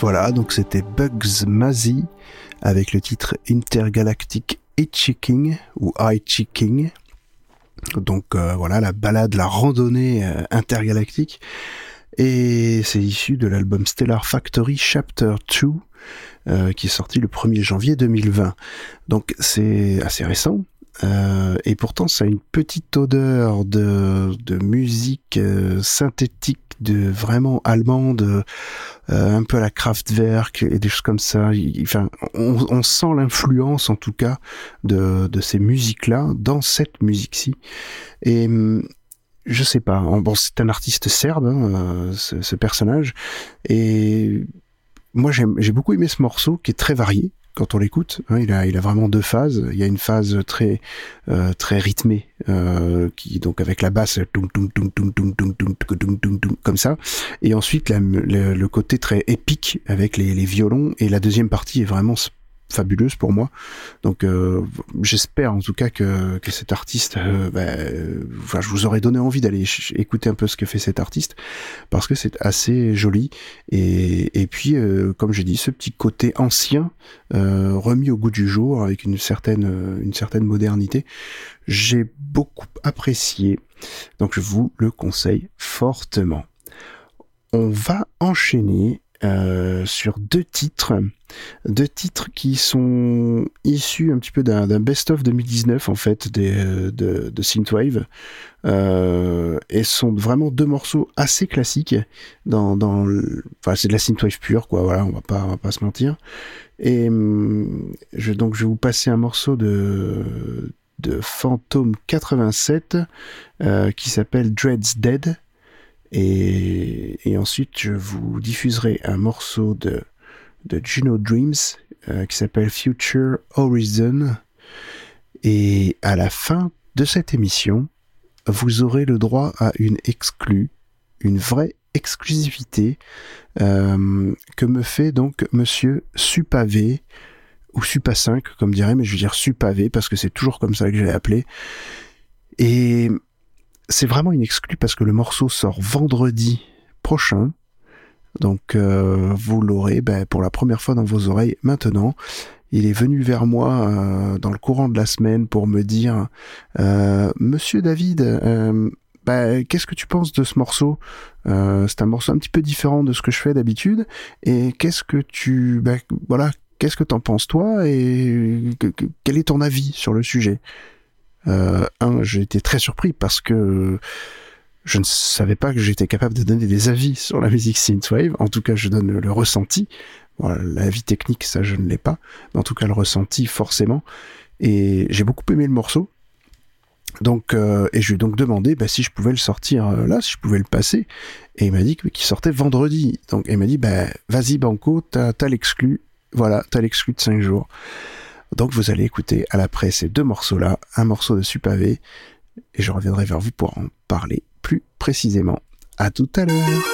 Voilà, donc c'était Bugs Mazzy avec le titre Intergalactic Hitchhiking ou Hitchhiking. Donc voilà, la balade, la randonnée intergalactique. Et c'est issu de l'album Stellar Factory Chapter 2 qui est sorti le 1er janvier 2020. Donc c'est assez récent. Et pourtant ça a une petite odeur de musique synthétique de vraiment allemande, un peu à la Kraftwerk et des choses comme ça. Enfin, on sent l'influence en tout cas de ces musiques-là dans cette musique-ci. Et je sais pas. Bon, c'est un artiste serbe, hein, ce personnage. Et moi, j'ai beaucoup aimé ce morceau qui est très varié. Quand on l'écoute, hein, il a vraiment deux phases. Il y a une phase très rythmée, qui donc avec la basse comme ça, et ensuite le côté très épique avec les violons. Et la deuxième partie est vraiment fabuleuse pour moi. Donc j'espère en tout cas que cet artiste, je vous aurais donné envie d'aller écouter un peu ce que fait cet artiste, parce que c'est assez joli. Et puis comme j'ai dit, ce petit côté ancien remis au goût du jour avec une certaine modernité, j'ai beaucoup apprécié. Donc je vous le conseille fortement. On va enchaîner sur deux titres qui sont issus un petit peu d'un best-of 2019 en fait de Synthwave, et sont vraiment deux morceaux assez classiques enfin c'est de la Synthwave pure quoi, voilà, on va pas se mentir. Et je vais vous passer un morceau de Phantom 87 qui s'appelle Dread's Dead. Et ensuite, je vous diffuserai un morceau de Juno Dreams qui s'appelle Future Horizon. Et à la fin de cette émission, vous aurez le droit à une vraie exclusivité que me fait donc Monsieur Supavé, ou Supa5 comme dirait, mais je veux dire Supavé parce que c'est toujours comme ça que je l'ai appelé. Et c'est vraiment une exclue parce que le morceau sort vendredi prochain. Donc vous l'aurez pour la première fois dans vos oreilles maintenant. Il est venu vers moi dans le courant de la semaine pour me dire Monsieur David, qu'est-ce que tu penses de ce morceau? C'est un morceau un petit peu différent de ce que je fais d'habitude. Et qu'est-ce que qu'est-ce que t'en penses toi? Et quel est ton avis sur le sujet? J'ai été très surpris parce que je ne savais pas que j'étais capable de donner des avis sur la musique synthwave. En tout cas, je donne le ressenti. Voilà, l'avis technique, ça, je ne l'ai pas. Mais en tout cas, le ressenti, forcément. Et j'ai beaucoup aimé le morceau. Donc, et je lui ai donc demandé si je pouvais le sortir là, si je pouvais le passer. Et il m'a dit qu'il sortait vendredi. Donc, il m'a dit, vas-y, Banco, t'as l'exclu. Voilà, t'as l'exclu de 5 jours. Donc vous allez écouter à l'après ces deux morceaux-là, un morceau de Supavé, et je reviendrai vers vous pour en parler plus précisément. À tout à l'heure.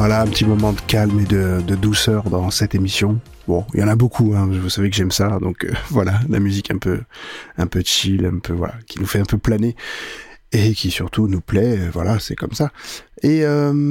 Voilà, un petit moment de calme et de douceur dans cette émission. Bon, il y en a beaucoup, hein, vous savez que j'aime ça, donc voilà, la musique un peu chill, un peu voilà, qui nous fait un peu planer et qui surtout nous plaît, voilà, c'est comme ça. Et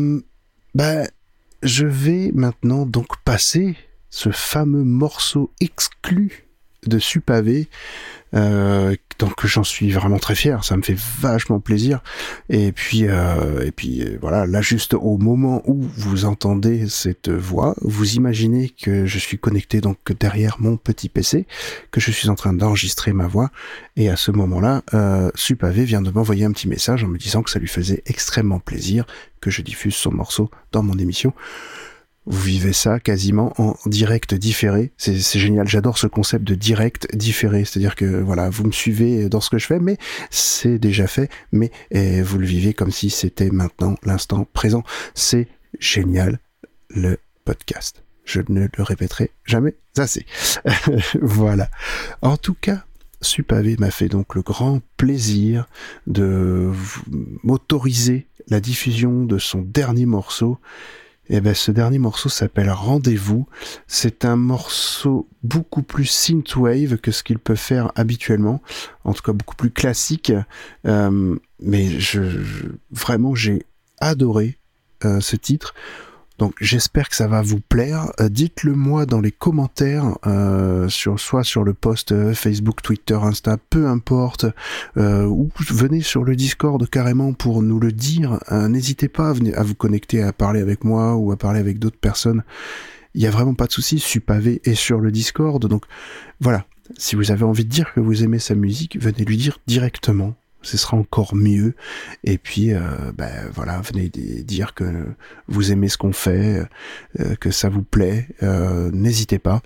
je vais maintenant donc passer ce fameux morceau exclu de Supavé. Donc j'en suis vraiment très fier, ça me fait vachement plaisir. Et puis voilà, là juste au moment où vous entendez cette voix, vous imaginez que je suis connecté donc derrière mon petit PC, que je suis en train d'enregistrer ma voix, et à ce moment-là, Supavé vient de m'envoyer un petit message en me disant que ça lui faisait extrêmement plaisir que je diffuse son morceau dans mon émission. Vous vivez ça quasiment en direct différé. C'est génial, j'adore ce concept de direct différé. C'est-à-dire que voilà, vous me suivez dans ce que je fais, mais c'est déjà fait, mais vous le vivez comme si c'était maintenant l'instant présent. C'est génial, le podcast. Je ne le répéterai jamais assez. Voilà. En tout cas, Supavé m'a fait donc le grand plaisir de m'autoriser la diffusion de son dernier morceau. Et ce dernier morceau s'appelle Rendez-vous. C'est un morceau beaucoup plus synthwave que ce qu'il peut faire habituellement, en tout cas beaucoup plus classique. Mais vraiment j'ai adoré ce titre. Donc j'espère que ça va vous plaire. Dites-le moi dans les commentaires, soit sur le post Facebook, Twitter, Insta, peu importe, ou venez sur le Discord carrément pour nous le dire. N'hésitez pas à vous connecter, à parler avec moi ou à parler avec d'autres personnes. Il n'y a vraiment pas de souci, Supavé est sur le Discord. Donc voilà, si vous avez envie de dire que vous aimez sa musique, venez lui dire directement. Ce sera encore mieux. Et puis, voilà, venez dire que vous aimez ce qu'on fait, que ça vous plaît. N'hésitez pas.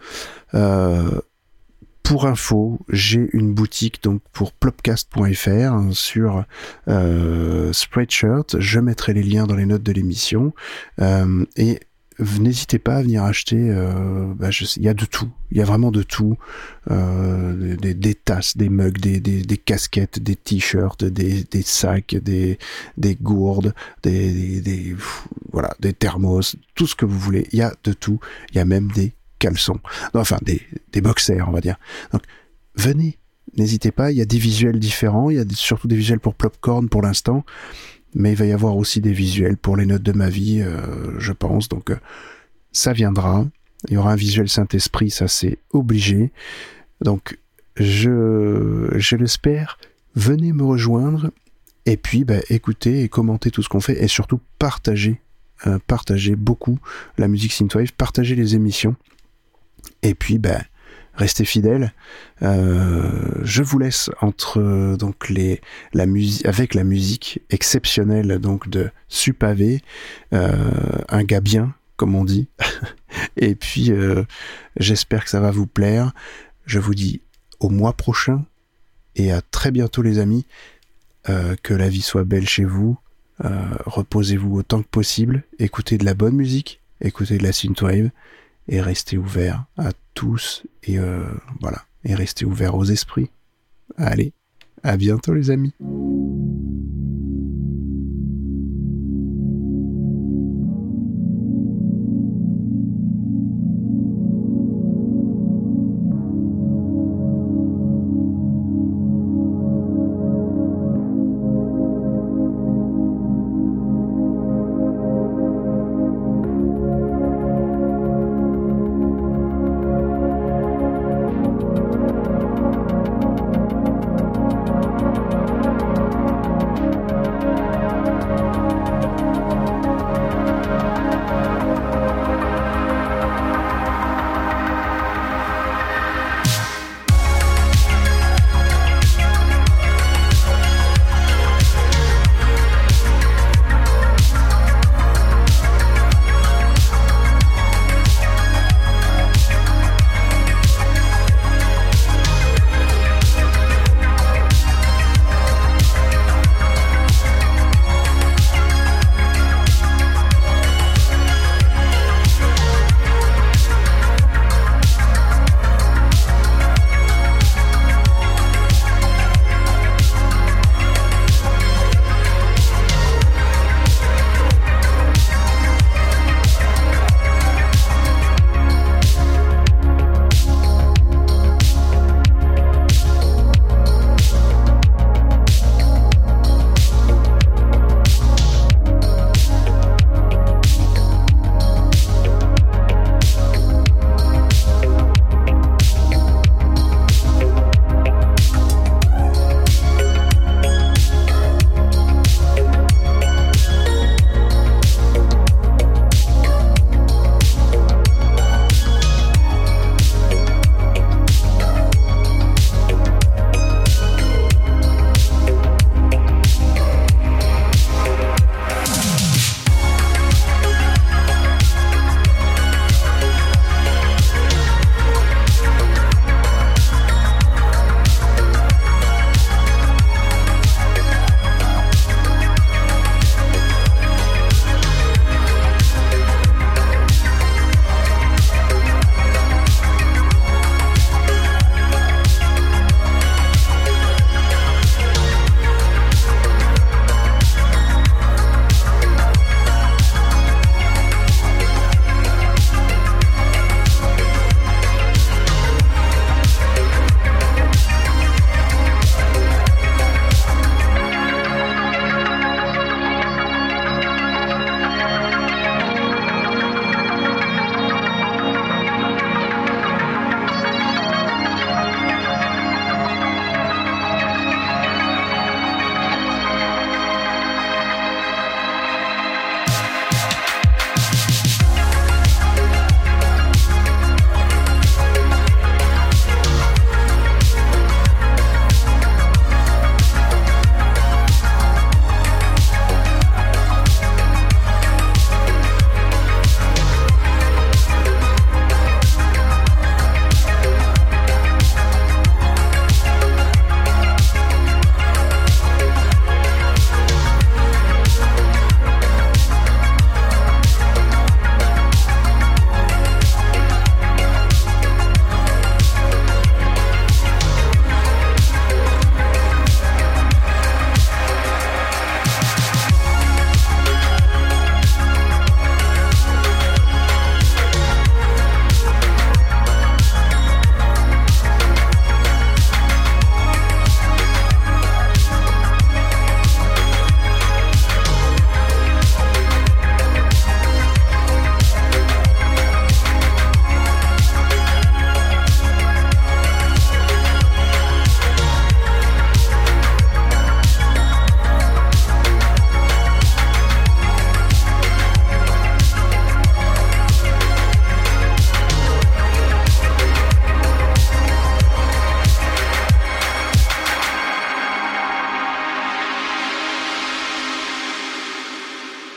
Pour info, j'ai une boutique donc pour plopcast.fr sur Spreadshirt. Je mettrai les liens dans les notes de l'émission. Et n'hésitez pas à venir acheter, il y a de tout, il y a vraiment de tout, des tasses, des mugs, des casquettes, des t-shirts, des sacs, des gourdes, voilà, des thermos, tout ce que vous voulez, il y a de tout, il y a même des caleçons, enfin des boxers on va dire. Donc venez, n'hésitez pas, il y a des visuels différents, il y a surtout des visuels pour Plopcorn pour l'instant. Mais il va y avoir aussi des visuels pour les notes de ma vie, je pense. Donc, ça viendra. Il y aura un visuel Saint-Esprit, ça c'est obligé. Donc, je l'espère. Venez me rejoindre. Et puis, écoutez et commentez tout ce qu'on fait. Et surtout, partagez beaucoup la musique synthwave. Partagez les émissions. Et puis, restez fidèles. Je vous laisse entre donc avec la musique exceptionnelle donc de Supavé, un gars bien comme on dit. Et puis j'espère que ça va vous plaire. Je vous dis au mois prochain et à très bientôt les amis. Que la vie soit belle chez vous. Reposez-vous autant que possible. Écoutez de la bonne musique. Écoutez de la synthwave. Et restez ouverts à tous, et voilà, et restez ouverts aux esprits. Allez, à bientôt les amis.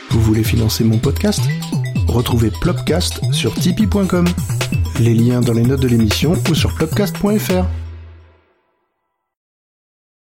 Vous voulez financer mon podcast ? Retrouvez Plopcast sur tipeee.com. Les liens dans les notes de l'émission ou sur plopcast.fr.